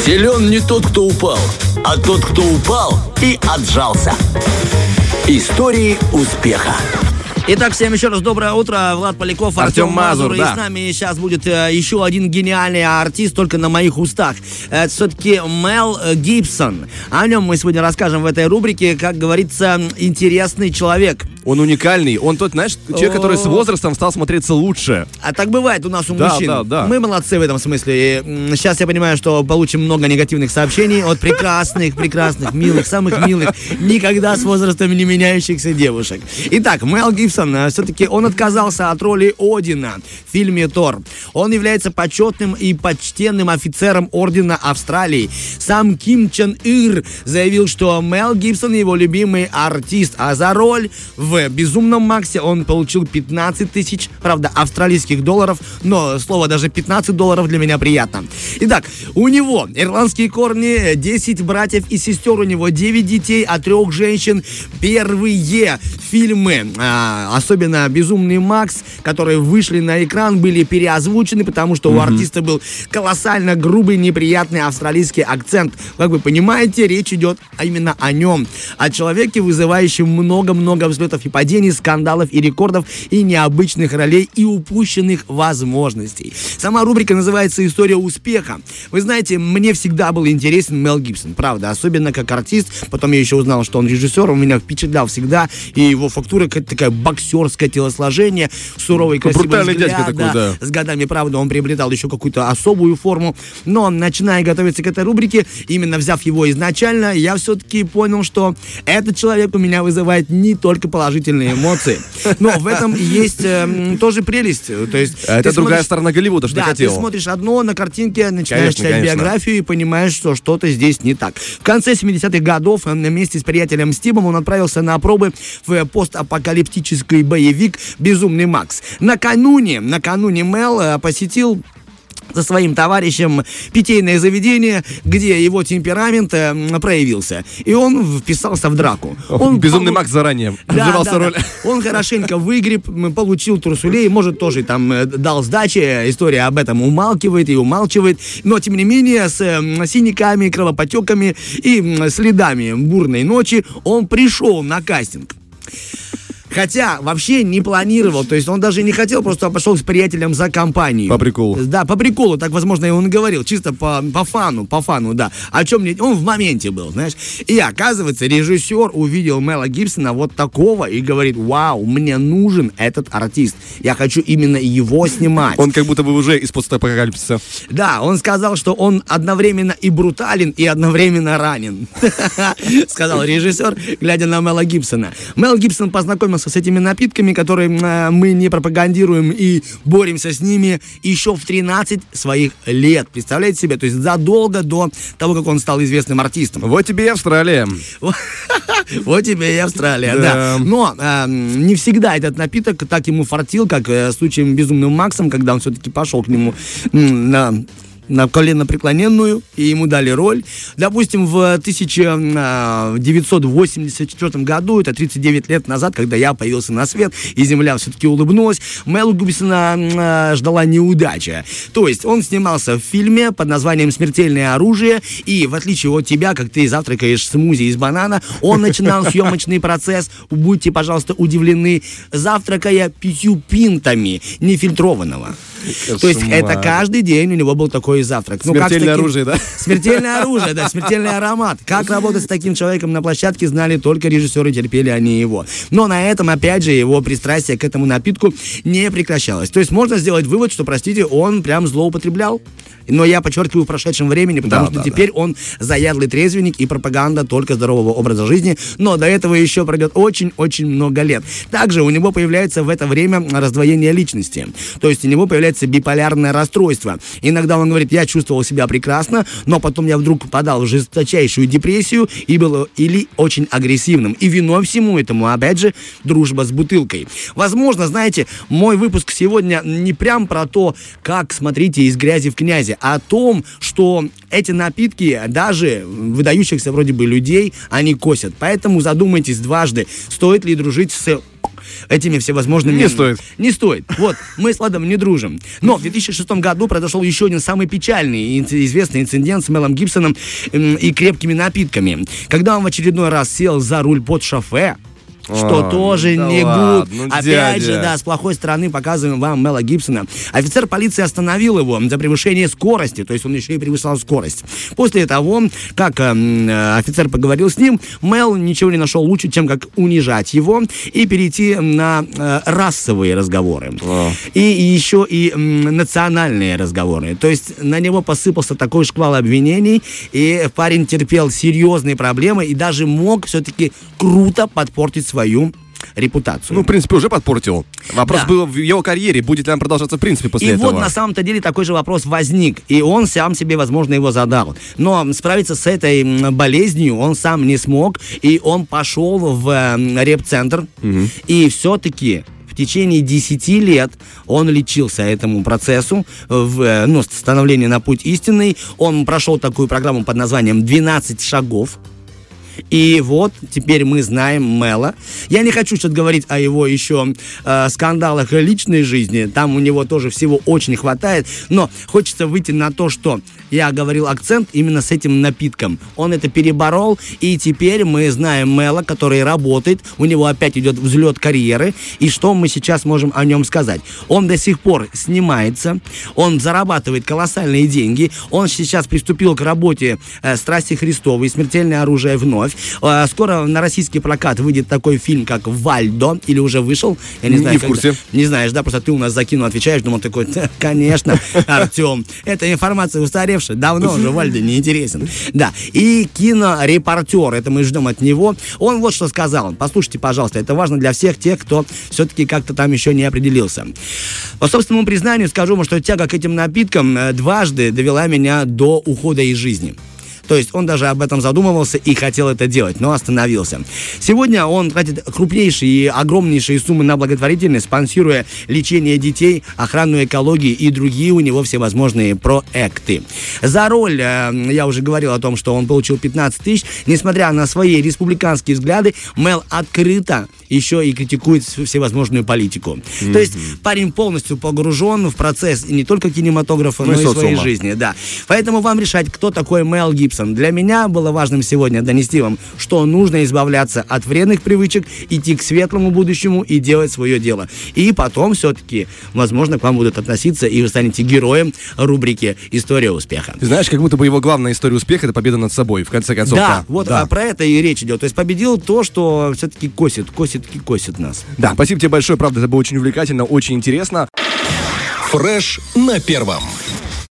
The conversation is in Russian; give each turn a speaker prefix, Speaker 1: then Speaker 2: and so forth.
Speaker 1: Силен не тот, кто упал, а тот, кто упал и отжался. Истории успеха.
Speaker 2: Итак, всем еще раз доброе утро. Влад Поляков, Артем Мазур.
Speaker 3: да.
Speaker 2: И с нами сейчас будет еще один гениальный артист, только на моих устах. Это все-таки Мел Гибсон. О нем мы сегодня расскажем в этой рубрике. Как говорится, интересный человек.
Speaker 3: Он уникальный. Он тот, знаешь, человек, который с возрастом стал смотреться лучше.
Speaker 2: А так бывает у нас у
Speaker 3: Да,
Speaker 2: мужчин.
Speaker 3: да.
Speaker 2: Мы молодцы в этом смысле. И сейчас я понимаю, что получим много негативных сообщений от прекрасных, милых, самых милых, никогда с возрастом не меняющихся девушек. Итак, Мел Гибсон, все-таки он отказался от роли Одина в фильме «Тор». Он является почетным и почтенным офицером Ордена Австралии. Сам Ким Чен Ир заявил, что Мел Гибсон его любимый артист, а за роль в «Безумном Максе» он получил 15 тысяч, правда, австралийских долларов, но слово даже $15 для меня приятно. Итак, у него ирландские корни, 10 братьев и сестер, у него 9 детей, а 3 женщин. Первые фильмы, особенно «Безумный Макс», которые вышли на экран, были переозвучены, потому что у артиста был колоссально грубый, неприятный австралийский акцент. Как вы понимаете, речь идет именно о нем. О человеке, вызывающем много-много взлетов и падений, скандалов и рекордов, и необычных ролей, и упущенных возможностей. Сама рубрика называется «История успеха». Вы знаете, мне всегда был интересен Мел Гибсон, правда, особенно как артист. Потом я еще узнал, что он режиссер, он меня впечатлял всегда, и его фактура какая-то такая боксерское телосложение, суровый, красивый
Speaker 3: брутальный
Speaker 2: взгляд,
Speaker 3: дядька такой, да.
Speaker 2: С годами, правда, он приобретал еще какую-то особую форму. Но, начиная готовиться к этой рубрике, именно взяв его изначально, я все-таки понял, что этот человек у меня вызывает не только положительные эмоции, но в этом есть тоже прелесть. То есть,
Speaker 3: это другая сторона Голливуда, что
Speaker 2: да,
Speaker 3: хотел.
Speaker 2: ты смотришь одно на картинке, начинаешь
Speaker 3: Конечно,
Speaker 2: читать биографию и понимаешь, что что-то здесь не так. В конце 70-х годов вместе с приятелем Стивом он отправился на пробы в постапокалиптический боевик «Безумный Макс». Накануне Мел посетил со своим товарищем питейное заведение, где его темперамент проявился. И он вписался в драку.
Speaker 3: Безумный Макс заранее вживался роль.
Speaker 2: Да. Он хорошенько выгреб, получил трусулей, может, тоже там дал сдачи. История об этом умалчивает. Но, тем не менее, с синяками, кровопотеками и следами бурной ночи он пришел на кастинг. Хотя вообще не планировал, то есть он даже не хотел, просто пошел с приятелем за компанию.
Speaker 3: По приколу.
Speaker 2: Да, по приколу, так, возможно, и он и говорил, чисто по фану, да. О чем он в моменте был, знаешь. И оказывается, режиссер увидел Мела Гибсона вот такого и говорит: вау, мне нужен этот артист, я хочу именно его снимать.
Speaker 3: Он как будто бы уже из постапокалипсиса.
Speaker 2: Да, он сказал, что он одновременно и брутален, и одновременно ранен. Сказал режиссер, глядя на Мела Гибсона. Мел Гибсон познакомился с этими напитками, которые мы не пропагандируем и боремся с ними еще в 13 своих лет. Представляете себе? То есть задолго до того, как он стал известным артистом.
Speaker 3: Вот тебе и Австралия.
Speaker 2: Вот тебе и Австралия, да. Но не всегда этот напиток так ему фартил, как в случае с «Безумным Максом», когда он все-таки пошел к нему на коленопреклоненную, и ему дали роль. Допустим, в 1984 году, это 39 лет назад, когда я появился на свет, и земля все-таки улыбнулась, Мелу Гибсона ждала неудача. То есть он снимался в фильме под названием «Смертельное оружие», и в отличие от тебя, как ты завтракаешь смузи из банана, он начинал съемочный процесс, будьте, пожалуйста, удивлены, завтракая 5 пинтами нефильтрованного. То есть это каждый день у него был такой завтрак.
Speaker 3: Смертельное оружие, да?
Speaker 2: Смертельное оружие, да, смертельный аромат. Как работать с таким человеком на площадке, знали только режиссеры, терпели они его. Но на этом, опять же, его пристрастие к этому напитку не прекращалось. То есть можно сделать вывод, что, простите, он прям злоупотреблял. Но я подчеркиваю в прошедшем времени, потому что теперь он заядлый трезвенник и пропаганда только здорового образа жизни. Но до этого еще пройдет очень-очень много лет. Также у него появляется в это время раздвоение личности. То есть у него появляется биполярное расстройство. Иногда он говорит: я чувствовал себя прекрасно, но потом я вдруг попадал в жесточайшую депрессию и был или очень агрессивным. И виной всему этому, опять же, дружба с бутылкой. Возможно, знаете, мой выпуск сегодня не прям про то, как, смотрите, из грязи в князи, а о том, что эти напитки, даже выдающихся вроде бы людей, они косят. Поэтому задумайтесь дважды, стоит ли дружить с этими всевозможными...
Speaker 3: Не стоит.
Speaker 2: Не стоит. Вот, мы с Ладом не дружим. Но в 2006 году произошел еще один самый печальный и известный инцидент с Мелом Гибсоном и крепкими напитками. Когда он в очередной раз сел за руль под шофе, что тоже
Speaker 3: да
Speaker 2: не
Speaker 3: ладно,
Speaker 2: гуд.
Speaker 3: ну,
Speaker 2: Опять
Speaker 3: дядя.
Speaker 2: же, да, с плохой стороны показываем вам Мела Гибсона. Офицер полиции остановил его за превышение скорости, то есть он еще и превышал скорость. После того, как офицер поговорил с ним, Мел ничего не нашел лучше, чем как унижать его и перейти на расовые разговоры. И еще и национальные разговоры. То есть на него посыпался такой шквал обвинений, и парень терпел серьезные проблемы и даже мог все-таки круто подпортить свою репутацию.
Speaker 3: Ну, в принципе, уже подпортил. Вопрос был в его карьере, будет ли он продолжаться в принципе после этого.
Speaker 2: И вот на самом-то деле такой же вопрос возник, и он сам себе, возможно, его задал. Но справиться с этой болезнью он сам не смог, и он пошел в реп-центр, и все-таки в течение 10 лет он лечился этому процессу, становления на путь истинный. Он прошел такую программу под названием «12 шагов». И вот теперь мы знаем Мела. Я не хочу сейчас говорить о его еще скандалах личной жизни. Там у него тоже всего очень хватает. Но хочется выйти на то, что я говорил акцент именно с этим напитком. Он это переборол. И теперь мы знаем Мела, который работает. У него опять идет взлет карьеры. И что мы сейчас можем о нем сказать? Он до сих пор снимается. Он зарабатывает колоссальные деньги. Он сейчас приступил к работе «Страсти Христовой», «Смертельное оружие вновь». Скоро на российский прокат выйдет такой фильм, как «Вальдо», или уже вышел. Я не знаю,
Speaker 3: не в курсе.
Speaker 2: Не знаешь, да, просто ты у нас закинул, отвечаешь, думал такой, конечно, Артем, эта информация устаревшая, давно уже Вальдо не интересен. Да, и кинорепортер, это мы ждем от него, он вот что сказал, послушайте, пожалуйста, это важно для всех тех, кто все-таки как-то там еще не определился. По собственному признанию скажу вам, что тяга к этим напиткам дважды довела меня до ухода из жизни. То есть он даже об этом задумывался и хотел это делать, но остановился. Сегодня он тратит крупнейшие и огромнейшие суммы на благотворительность, спонсируя лечение детей, охрану экологии и другие у него всевозможные проекты. За роль, я уже говорил о том, что он получил 15 тысяч. Несмотря на свои республиканские взгляды, Мел открыто еще и критикует всевозможную политику. То есть парень полностью погружен в процесс не только кинематографа, но и своей жизни. Да. Поэтому вам решать, кто такой Мел Гибсон. Для меня было важным сегодня донести вам, что нужно избавляться от вредных привычек, идти к светлому будущему и делать свое дело. И потом все-таки, возможно, к вам будут относиться, и вы станете героем рубрики «История успеха».
Speaker 3: Ты знаешь, как будто бы его главная история успеха — это победа над собой, в конце концов.
Speaker 2: Да, вот да. Про это и речь идет. То есть победил то, что все-таки косит нас.
Speaker 3: Да, спасибо тебе большое, правда, это было очень увлекательно, очень интересно.
Speaker 1: Фреш на первом.